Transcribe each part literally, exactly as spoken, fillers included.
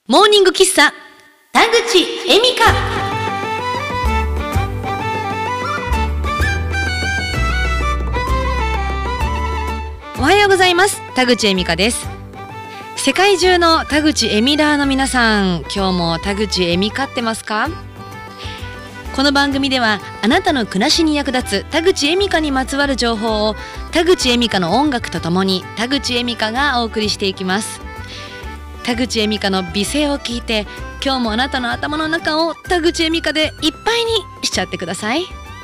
モーニング喫茶田口恵美香。おはようございます。田口恵美香です。世界中の田口恵美ラーの皆さん、今日も田口恵美香ってますか？この番組ではあなたの暮らしに役立つ田口恵美香にまつわる情報を田口恵美香の音楽とともに田口恵美香がお送りしていきます。田口恵美香の美声を聞いて、今日もあなたの頭の中を田口恵美香でいっぱいにしちゃってください。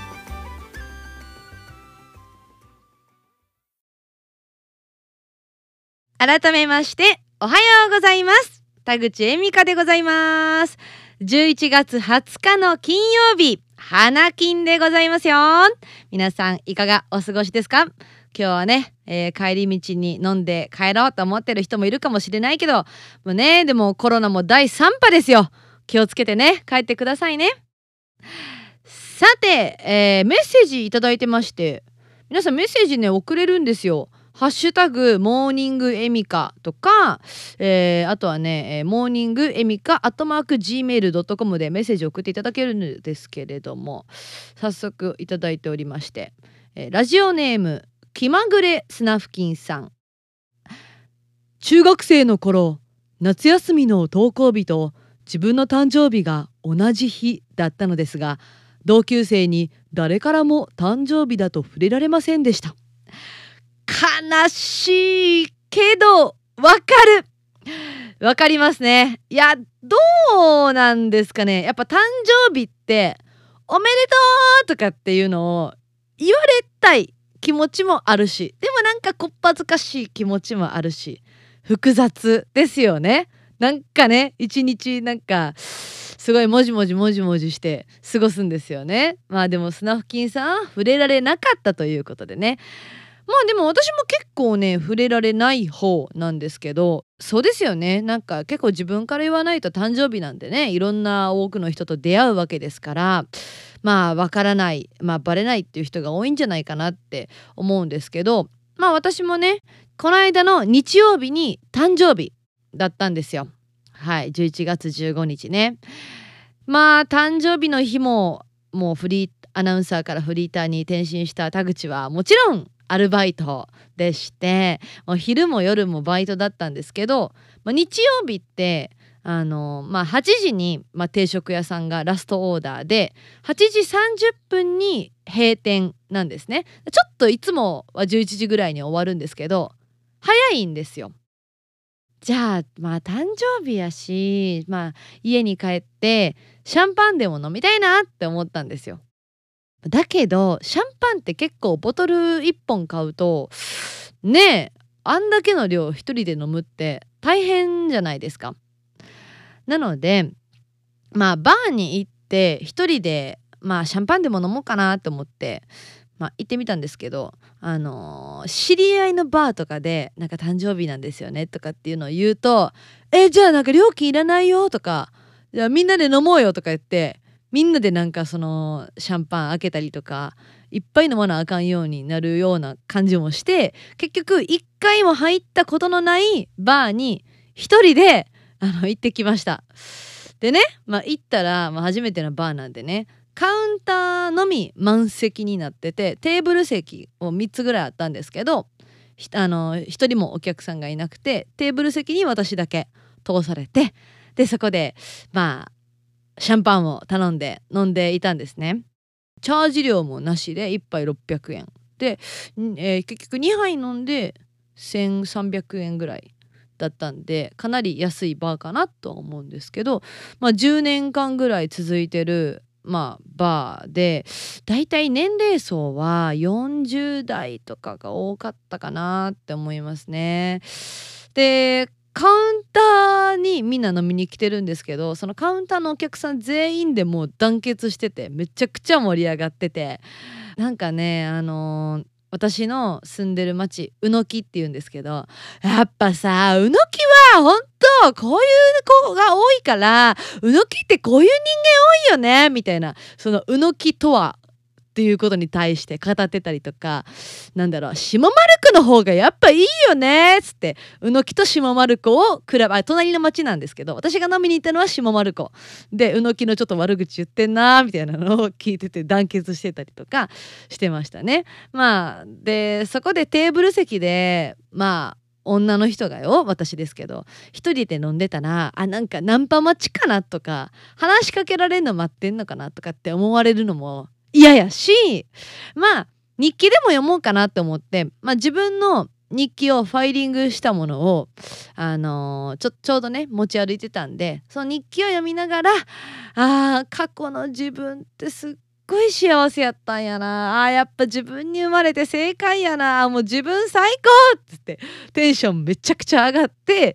改めましておはようございます。田口恵美香でございます。じゅういちがつはつかの金曜日、花金でございますよ。皆さんいかがお過ごしですか？今日はね、えー、帰り道に飲んで帰ろうと思ってる人もいるかもしれないけど、もうね、でもコロナもだいさん波ですよ。気をつけてね、帰ってくださいね。さて、えー、メッセージいただいてまして、皆さんメッセージね送れるんですよ。ハッシュタグモーニングエミカとか、えー、あとはね、えー、モーニングエミカアットマーク ジーメールドットコム でメッセージを送っていただけるんですけれども、早速いただいておりまして、えー、ラジオネーム気まぐれスナフキンさん。中学生の頃、夏休みの登校日と自分の誕生日が同じ日だったのですが、同級生に誰からも誕生日だと触れられませんでした。悲しいけどわかるわかりますね。いや、どうなんですかね。やっぱ誕生日っておめでとうとかっていうのを言われたい気持ちもあるし、でもなんかこっぱずかしい気持ちもあるし、複雑ですよね。なんかね、一日なんかすごいもじもじもじもじして過ごすんですよね。まあでもスナフキンさん触れられなかったということでね。まあでも私も結構ね触れられない方なんですけど、そうですよね。なんか結構自分から言わないと誕生日なんでね、いろんな多くの人と出会うわけですから、まあわからない、まあバレないっていう人が多いんじゃないかなって思うんですけど、まあ私もねこの間の日曜日に誕生日だったんですよ。はい、じゅういちがつじゅうごにちね。まあ誕生日の日ももうフリーアナウンサーからフリーターに転身した田口はもちろんアルバイトでして、もう昼も夜もバイトだったんですけど、まあ、日曜日ってあの、まあ、はちじに、まあ、定食屋さんがラストオーダーではちじさんじゅっぷんに閉店なんですね。ちょっといつもはじゅういちじぐらいに終わるんですけど、早いんですよ。じゃあまあ誕生日やし、まあ、家に帰ってシャンパンでも飲みたいなって思ったんですよ。だけどシャンパンって結構ボトルいっぽん買うとねえ、あんだけの量一人で飲むって大変じゃないですか。なのでまあバーに行って一人でまあシャンパンでも飲もうかなと思って、まあ、行ってみたんですけど、あのー、知り合いのバーとかでなんか誕生日なんですよねとかっていうのを言うと、えじゃあなんか料金いらないよとか、じゃあみんなで飲もうよとか言って、みんなでなんかそのシャンパン開けたりとかいっぱい飲まなあかんようになるような感じもして、結局一回も入ったことのないバーに一人であの行ってきました。でね、まあ行ったら、まあ、初めてのバーなんでね、カウンターのみ満席になってて、テーブル席をみっつぐらいあったんですけど、あの一人もお客さんがいなくて、テーブル席に私だけ通されて、でそこでまあシャンパンを頼んで飲んでいたんですね。チャージ料もなしでいっぱいろっぴゃくえんで、えー、結局にはい飲んでせんさんびゃくえんぐらいだったんで、かなり安いバーかなとは思うんですけど、まあ、じゅうねんかんぐらい続いてる、まあ、バーで、だいたい年齢層はよんじゅうだいとかが多かったかなって思いますね。でカウンターにみんな飲みに来てるんですけど、そのカウンターのお客さん全員でもう団結してて、めちゃくちゃ盛り上がってて、なんかね、あのー、私の住んでる町宇野木っていうんですけど、やっぱさ宇野木はほんとこういう子が多いから、宇野木ってこういう人間多いよねみたいな、その宇野木とはっていうことに対して語ってたりとか、なんだろう、下丸子の方がやっぱいいよねっつって、宇野木と下丸子を比べ、あ、隣の町なんですけど、私が飲みに行ったのは下丸子で、宇野木のちょっと悪口言ってんなみたいなのを聞いてて団結してたりとかしてましたね。まあでそこでテーブル席で、まあ女の人がよ、私ですけど一人で飲んでたら、あ、なんかナンパ待ちかなとか、話しかけられるの待ってんのかなとかって思われるのも嫌やし、まあ日記でも読もうかなって思って、まあ、自分の日記をファイリングしたものを、あのー、ちょ、ちょうどね持ち歩いてたんで、その日記を読みながら、あー過去の自分ってすっごい幸せやったんやな、あーやっぱ自分に生まれて正解やな、もう自分最高っつってテンションめちゃくちゃ上がって、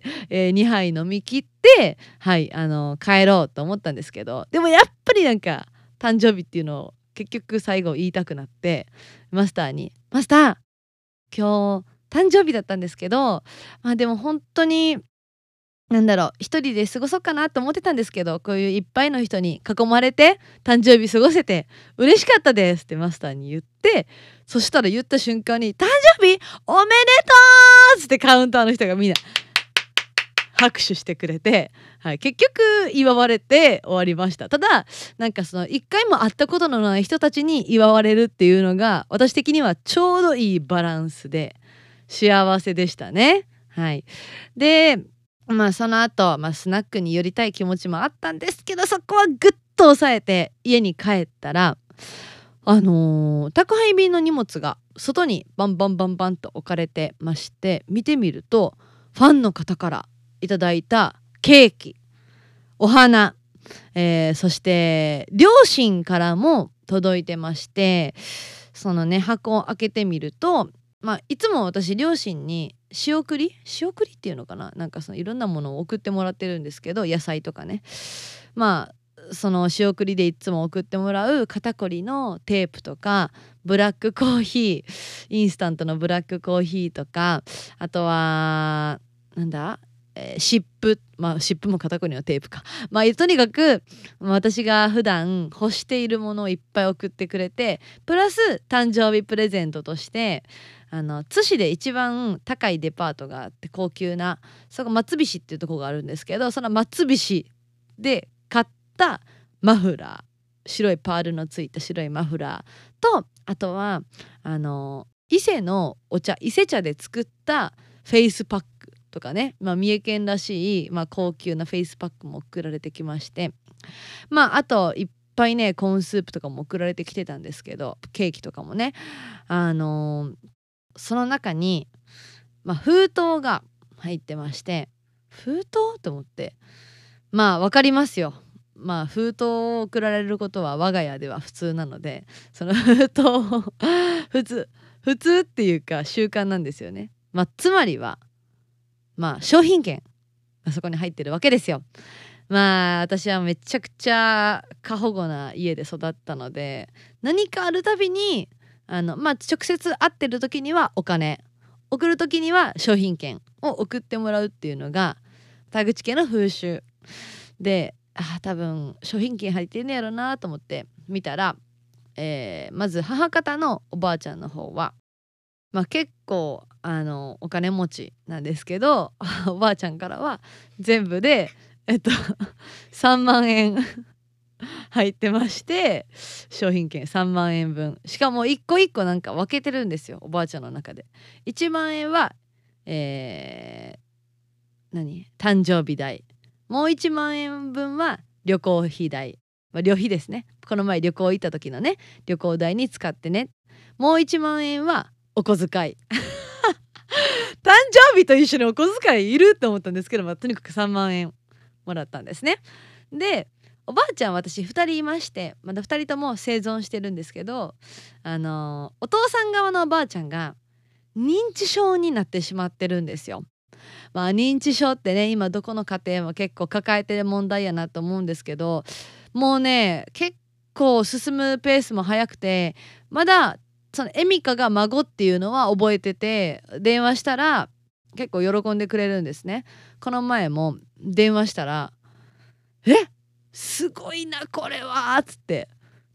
えー、にはい飲み切って、はい、あのー帰ろうと思ったんですけど、でもやっぱりなんか誕生日っていうのを結局最後言いたくなって、マスターに「マスター今日誕生日だったんですけど、まあでも本当になんだろう、一人で過ごそうかなと思ってたんですけど、こういういっぱいの人に囲まれて誕生日過ごせて嬉しかったです」ってマスターに言って、そしたら言った瞬間に「誕生日おめでとう!」っつってカウンターの人がみんな拍手してくれて、はい、結局祝われて終わりました。ただなんかその一回も会ったことのない人たちに祝われるっていうのが私的にはちょうどいいバランスで幸せでしたね。はい、でまあその後、まあ、スナックに寄りたい気持ちもあったんですけど、そこはぐっと抑えて家に帰ったら、あのー宅配便の荷物が外にバンバンバンバンと置かれてまして、見てみるとファンの方からいただいたケーキ、お花、えーそして両親からも届いてまして、そのね箱を開けてみると、まあ、いつも私両親に仕送り仕送りっていうのかな、なんかそのいろんなものを送ってもらってるんですけど、野菜とかね、まあその仕送りでいつも送ってもらう肩こりのテープとか、ブラックコーヒー、インスタントのブラックコーヒーとか、あとはなんだ、えー湿布、まあ湿布も肩こりのテープか、まあとにかく私が普段欲しているものをいっぱい送ってくれて、プラス誕生日プレゼントとしてあの津市で一番高いデパートがあって、高級な、そこ松菱っていうところがあるんですけど、その松菱で買ったマフラー、白いパールのついた白いマフラーと、あとはあの伊勢のお茶、伊勢茶で作ったフェイスパックとかね、まあ、三重県らしい、まあ、高級なフェイスパックも送られてきまして、まああといっぱいねコーンスープとかも送られてきてたんですけど、ケーキとかもね、あのーその中に、まあ、封筒が入ってまして、封筒と思って、まあわかりますよ、まあ封筒を送られることは我が家では普通なので、その封筒を普通普通っていうか習慣なんですよね。まあつまりはまあ商品券がそこに入ってるわけですよ。まあ私はめちゃくちゃ過保護な家で育ったので、何かあるたびにあのまあ直接会ってる時にはお金、送る時には商品券を送ってもらうっていうのが田口家の風習で、あ多分商品券入ってんねやろなと思って見たら、えーまず母方のおばあちゃんの方は、まあ、結構あのお金持ちなんですけどおばあちゃんからは全部でえっとさんまんえん入ってまして、商品券さんまんえんぶん、しかも一個一個なんか分けてるんですよ、おばあちゃんの中で。いちまんえんはえー何誕生日代、もういちまんえんぶんは旅行費代、まあ、旅費ですね、この前旅行行った時のね旅行代に使ってね、もういちまんえんはお小遣い誕生日と一緒にお小遣いいると思ったんですけど、まあ、とにかくさんまんえんもらったんですね。でおばあちゃん私ふたりいまして、まだふたりとも生存してるんですけど、あのーお父さん側のおばあちゃんが認知症になってしまってるんですよ。まあ認知症ってね今どこの家庭も結構抱えてる問題やなと思うんですけど、もうね結構進むペースも速くて、まだそのエミカが孫っていうのは覚えてて、電話したら結構喜んでくれるんですね。この前も電話したら「えすごいなこれは」っつって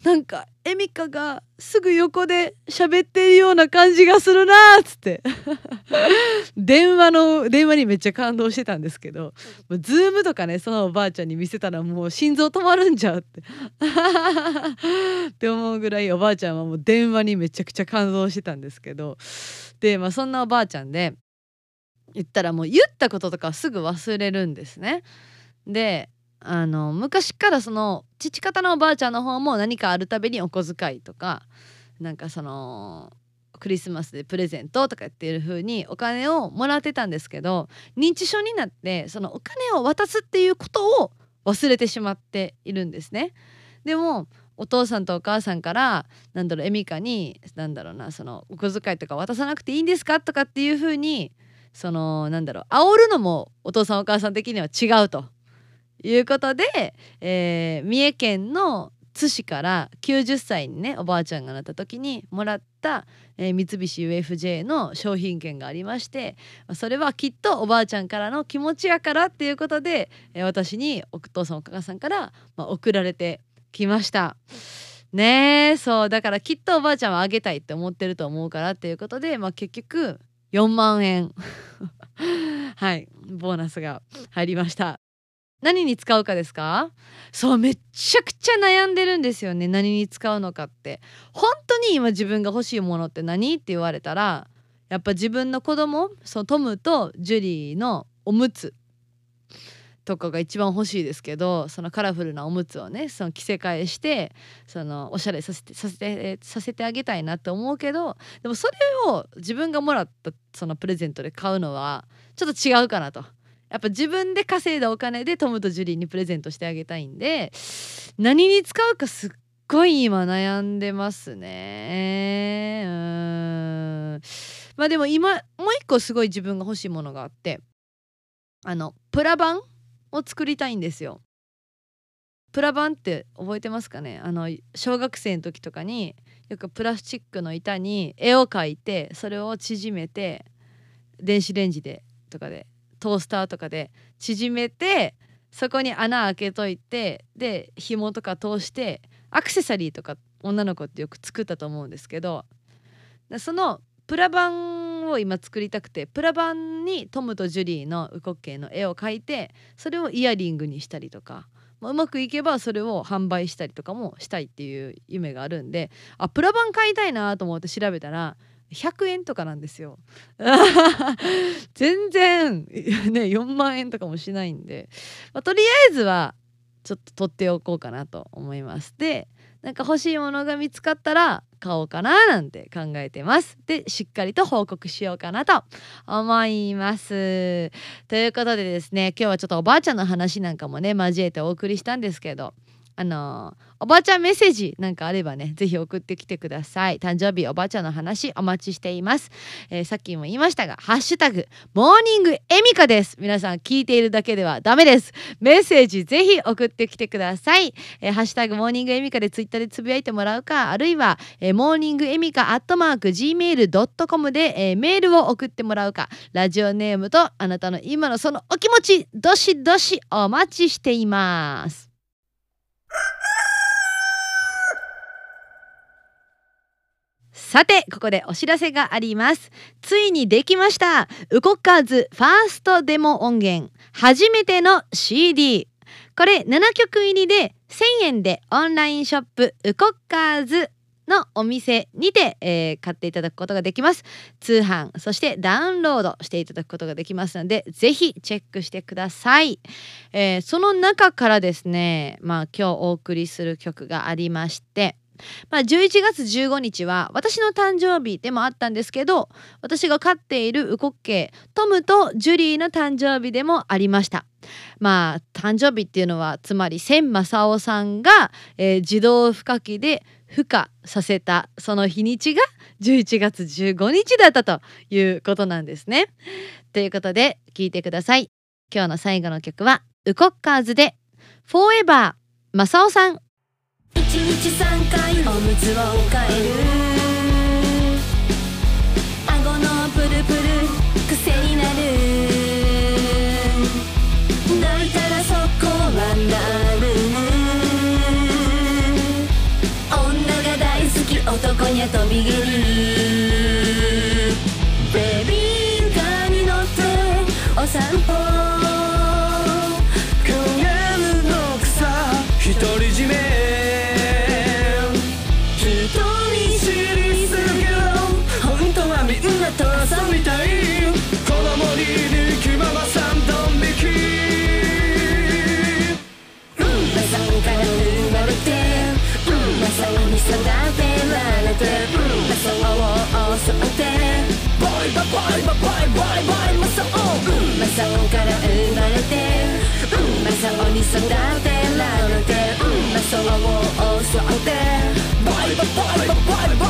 なんかエミカがすぐ横で喋ってるような感じがするなーっつって電話の電話にめっちゃ感動してたんですけど、もうズームとかねそのおばあちゃんに見せたらもう心臓止まるんじゃうってって思うぐらいおばあちゃんはもう電話にめちゃくちゃ感動してたんですけど、でまあそんなおばあちゃんで言ったらもう言ったこととかすぐ忘れるんですね。であの昔からその父方のおばあちゃんの方も何かあるたびにお小遣いとかなんかそのクリスマスでプレゼントとかっていう風にお金をもらってたんですけど、認知症になってそのお金を渡すっていうことを忘れてしまっているんですね。でもお父さんとお母さんからなんだろうエミカになんだろうなそのお小遣いとか渡さなくていいんですかとかっていう風にそのなんだろう煽るのもお父さんお母さん的には違うということで、えー、三重県の津市からきゅうじゅっさいにねおばあちゃんがなった時にもらった、えー、三菱 ユーエフジェー の商品券がありまして、それはきっとおばあちゃんからの気持ちやからっていうことで、えー、私にお父さんお母さんから、まあ、送られてきましたね。えそうだからきっとおばあちゃんはあげたいって思ってると思うからっていうことで、まあ、結局よんまんえんはいボーナスが入りました。何に使うかですか？そうめっちゃくちゃ悩んでるんですよね。何に使うのかって。本当に今自分が欲しいものって何って言われたら、やっぱ自分の子供そのトムとジュリーのおむつとかが一番欲しいですけど、そのカラフルなおむつをねその着せ替えしてそのおしゃれさせてさせてさせてあげたいなって思うけど、でもそれを自分がもらったそのプレゼントで買うのはちょっと違うかなと。やっぱ自分で稼いだお金でトムとジュリーにプレゼントしてあげたいんで、何に使うかすっごい今悩んでますね。うーんまあでも今もう一個すごい自分が欲しいものがあって、あのプラ板を作りたいんですよ。プラ板って覚えてますかね？あの小学生の時とかによくプラスチックの板に絵を描いてそれを縮めて電子レンジでとかでトースターとかで縮めてそこに穴開けといてで紐とか通してアクセサリーとか女の子ってよく作ったと思うんですけど、そのプラ板を今作りたくて、プラ板にトムとジュリーのウコッケイの絵を描いてそれをイヤリングにしたりとか、まあ、うまくいけばそれを販売したりとかもしたいっていう夢があるんで、あプラ板買いたいなと思って調べたらひゃくえんとかなんですよ全然ねよんまんえんとかもしないんで、まあ、とりあえずはちょっと取っておこうかなと思います。でなんか欲しいものが見つかったら買おうかななんて考えてます。でしっかりと報告しようかなと思います。ということでですね、今日はちょっとおばあちゃんの話なんかもね交えてお送りしたんですけど、あのー、おばあちゃんメッセージなんかあればねぜひ送ってきてください。誕生日おばあちゃんの話お待ちしています。えー、さっきも言いましたがハッシュタグモーニングエミカです。皆さん聞いているだけではダメです。メッセージぜひ送ってきてください。えー、ハッシュタグモーニングエミカでツイッターでつぶやいてもらうか、あるいは、えー、モーニングエミカアットマーク ジーメールドットコム で、えー、メールを送ってもらうか、ラジオネームとあなたの今のそのお気持ちどしどしお待ちしています。さてここでお知らせがあります。ついにできました、ウコッカーズファーストデモ音源初めての シーディー。 これななきょく入りでせんえんでオンラインショップウコッカーズのお店にて、えー、買っていただくことができます。通販そしてダウンロードしていただくことができますのでぜひチェックしてください。えー、その中からですね、まあ今日お送りする曲がありまして、まあ、じゅういちがつじゅうごにちは私の誕生日でもあったんですけど、私が飼っているウコッケイトムとジュリーの誕生日でもありました。まあ誕生日っていうのはつまり千正夫さんが、えー、自動孵化器で孵化させたその日にちがじゅういちがつじゅうごにちだったということなんですね。ということで聞いてください。今日の最後の曲はウコッカーズでフォーエバー正夫さん。 いちにちさんかいおむつを替える、顎のプルプル癖になる、泣いたらそこはなる、おへ飛び蹴りベビーカーに乗ってお散歩公園の草独り占め人見知りするけど本当はみんなと遊びたい子供に人気ママさんドン引き馬さんから生まれて馬さんに育てられて馬さんを襲ってバイバイバイバイバイバイバイマサオ馬さんから生まれて馬さんに育てられて馬さんを襲ってバイバイバイバイバイ